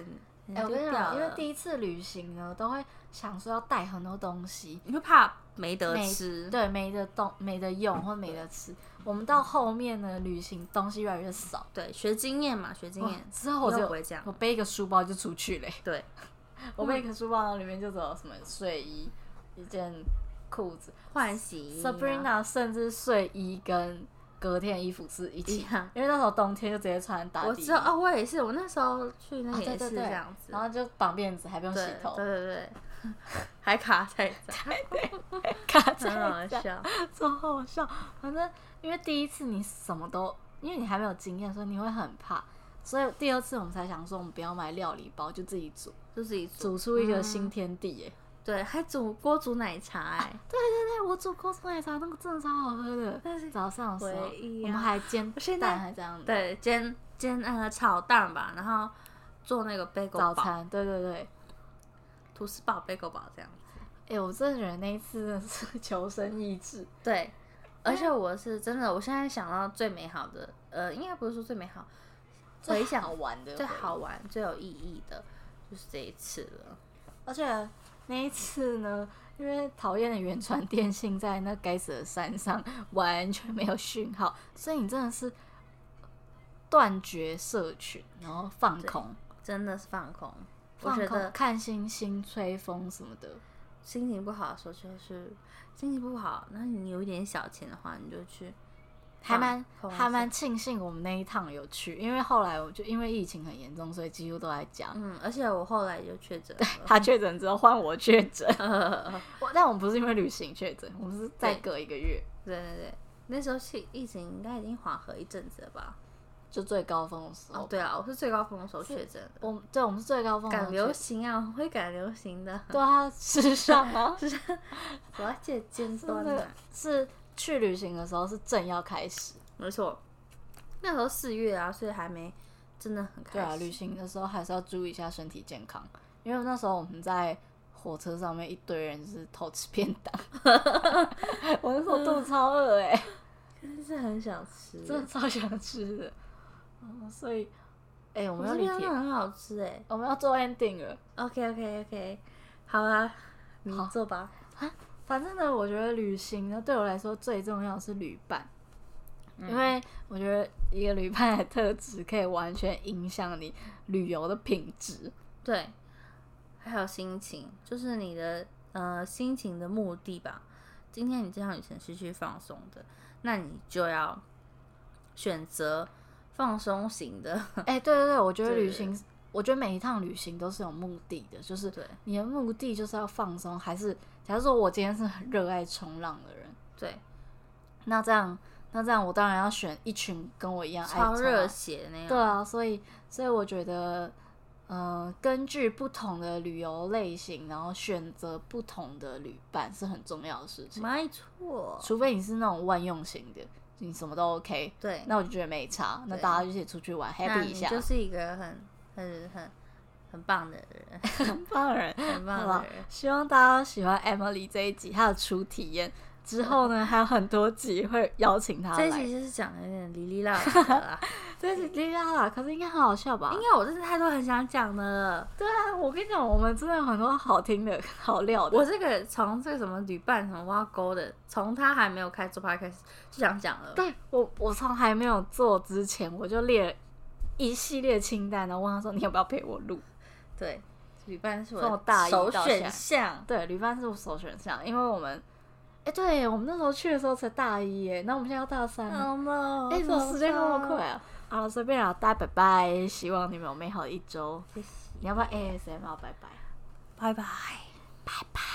哎、我跟你讲，因为第一一次旅行呢，都会想说要带很多东西， 你会怕没得没吃， 对，没得动，没得用或没得吃。我们到后面呢，旅行东西越来越少， 对，学经验嘛，学经验。 之后我就以后不会这样我背一个书包就出去嘞、 对， 我背一个书包，然后里面就只有什么睡衣、一件裤子换洗衣、啊、 ，Sabrina 甚至睡衣跟隔天的衣服是一起， 一样因为那时候冬天就直接穿打底衣。 我知道哦，我也是，我那时候去那啊个也是对对对这样子， 然后就绑辫子，还不用洗对头， 对对对，还卡在卡很在好笑。 超好笑。反正因为第一次你什么都，因为你还没有经验，所以你会很怕。所以第二次我们才想说，我们不要买料理包，就自己煮， 就自己煮出一个新天地耶。 对，还煮锅煮奶茶哎、欸， 对对对，我煮锅煮奶茶那个真的超好喝的。 但是早上的时候， 回忆啊我们还煎现在蛋，还这样的。 对，煎煎呃炒蛋吧，然后做那个贝狗堡、 早餐，对对对。 吐司堡、贝狗堡这样子。 哎、我真的觉得那一次真的是求生意志。 对，而且我是真的，我现在想到最美好的，呃，应该不是说最美好，回最想好玩的， 最好玩、最有意义的，就是这一次了。 而且那一次呢，因为讨厌的原传电信在那该死的山上完全没有讯号，所以你真的是断绝社群，然后放空， 真的是放空。我放空觉得看星星、吹风什么的。 心情不好的时候，就是心情不好，那你有一点小钱的话，你就去还蛮放空一下还蛮庆幸我们那一趟有去，因为后来我就因为疫情很严重，所以几乎都在家。 嗯，而且我后来就确诊了。 他确诊之后换我确诊，我但我们不是因为旅行确诊，我们是再隔一个月， 对对对，那时候疫疫情应该已经缓和一阵子了吧？ 就最高峰的时候。 哦，对啊，我是最高峰的时候确诊的。 我对我们是最高峰的时候赶流行啊，很会赶流行的。 对啊，时尚啊， 是我要借尖端真的啊。 是去旅行的时候是正要开始。 没错，那时候四月啊，所以还没真的很开始。 对啊，旅行的时候还是要注意一下身体健康，因为那时候我们在火车上面一堆人是偷吃便当，我那时候肚子超饿哎、欸， 真是很想吃， 真的超想吃的。嗯，所以，哎、我我们要离题， 这边很好吃哎。 我们要做 ending 了。 OK OK OK，好啊，你好做吧。 反正呢，我觉得旅行呢对我来说最重要的是旅伴， 嗯因为我觉得一个旅伴的特质可以完全影响你旅游的品质。 对，还有心情，就是你的呃心情的目的吧。今天你这趟旅程是去放松的，那你就要选择放松型的。 哎、对对对，我觉得对旅行，我觉得每一趟旅行都是有目的的，就是对你的目的就是要放松，还是假如说我今天是很热爱冲浪的人， 对， 那这样那这样我当然要选一群跟我一样爱超热冲浪。 血的那样。 对啊，所以所以我觉得，呃，根据不同的旅游类型，然后选择不同的旅伴是很重要的事情。 没错。 除非你是那种万用型的，你什么都 OK， 对， 那我就觉得没差，那大家就一起出去玩那 ，happy 一你下。 就是一个很很很很棒的人， 很棒的人， 很棒好吧的人。 希望大家喜欢 Emily 这一集她的初体验。之后呢，还有很多集会邀请她来。 这一集就是讲的有点哩哩啦啦的啦， 这一集哩啦啦，可是应该很好笑吧？ 应该我真是太多很想讲的了。 对啊，我跟你讲，我们真的有很多好听的、好料的。 我这个从这个什么旅伴什么挖沟的，从他还没有开做 podcast 开始就想讲了。 对我，我从还没有做之前，我就列了一系列清单，然后问他说：“你要不要陪我录对，旅伴是我从我大的首一到现在选项？”。 对，旅伴是我首选项，因为我们，哎、对我们那时候去的时候才大一耶，那我们现在要大三了。 Oh no！ 哎、怎么时间过那么快啊？好了，随便了，大家拜拜，希望你们有美好的一周。 谢谢， 你要不要 A S M R 拜拜？ 拜拜。 拜拜。